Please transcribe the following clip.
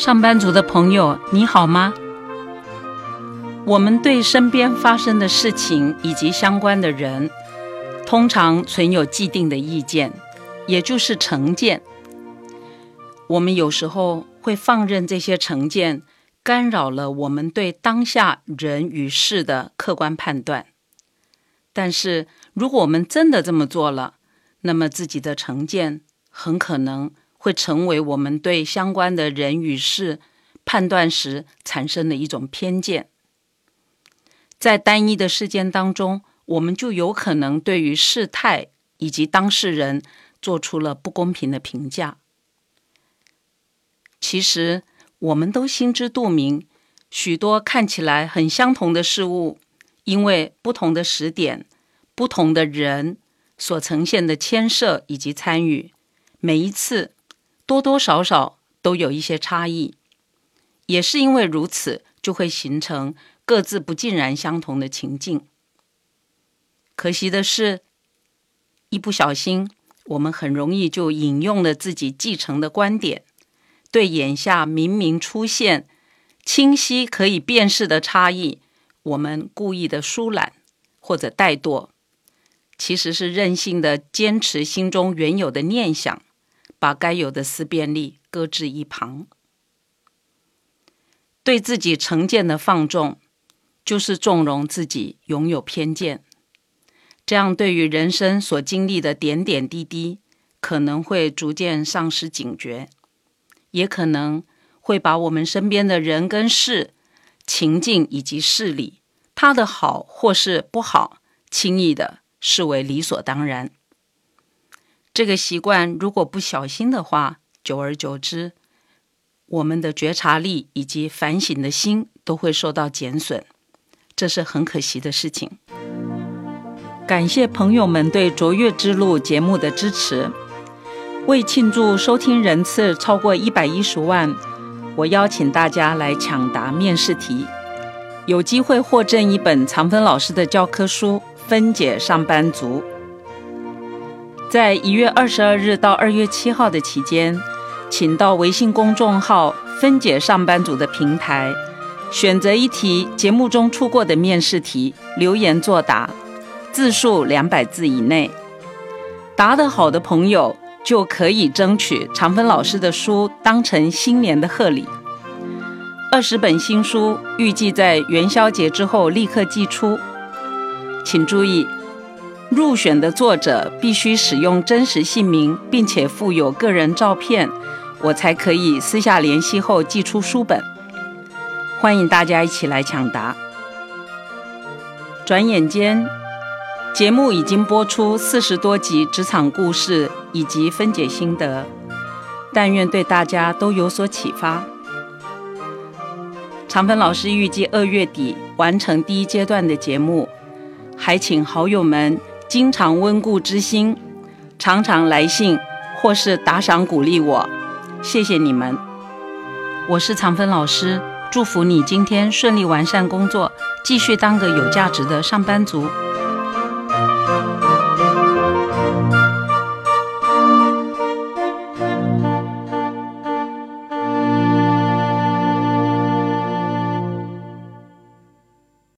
上班族的朋友，你好吗？我们对身边发生的事情以及相关的人，通常存有既定的意见，也就是成见。我们有时候会放任这些成见干扰了我们对当下人与事的客观判断。但是如果我们真的这么做了，那么自己的成见很可能会成为我们对相关的人与事判断时产生的一种偏见。在单一的事件当中，我们就有可能对于事态以及当事人做出了不公平的评价。其实我们都心知肚明，许多看起来很相同的事物，因为不同的时点、不同的人所呈现的牵涉以及参与，每一次多多少少都有一些差异。也是因为如此，就会形成各自不尽然相同的情境。可惜的是，一不小心，我们很容易就引用了自己继承的观点，对眼下明明出现清晰可以辨识的差异，我们故意的疏懒或者怠惰，其实是任性的坚持心中原有的念想，把该有的思辨力搁置一旁。对自己成见的放纵，就是纵容自己拥有偏见。这样对于人生所经历的点点滴滴，可能会逐渐丧失警觉，也可能会把我们身边的人跟事、情境以及事理，它的好或是不好，轻易的视为理所当然。这个习惯如果不小心的话，久而久之，我们的觉察力以及反省的心都会受到减损，这是很可惜的事情。感谢朋友们对卓越之路节目的支持。为庆祝收听人次超过110万，我邀请大家来抢答面试题，有机会获赠一本长芬老师的教科书《分解上班族》。在1月22日到2月7号的期间，请到微信公众号分解上班族的平台，选择一题节目中出过的面试题，留言作答，字数200字以内。答得好的朋友就可以争取长芬老师的书当成新年的贺礼。20本新书预计在元宵节之后立刻寄出。请注意，入选的作者必须使用真实姓名，并且附有个人照片，我才可以私下联系后寄出书本。欢迎大家一起来抢答。转眼间，节目已经播出40多集职场故事以及分解心得，但愿对大家都有所启发。长芬老师预计2月底完成第1阶段的节目，还请好友们经常温故知新，常常来信或是打赏鼓励我，谢谢你们。我是长芬老师，祝福你今天顺利完善工作，继续当个有价值的上班族。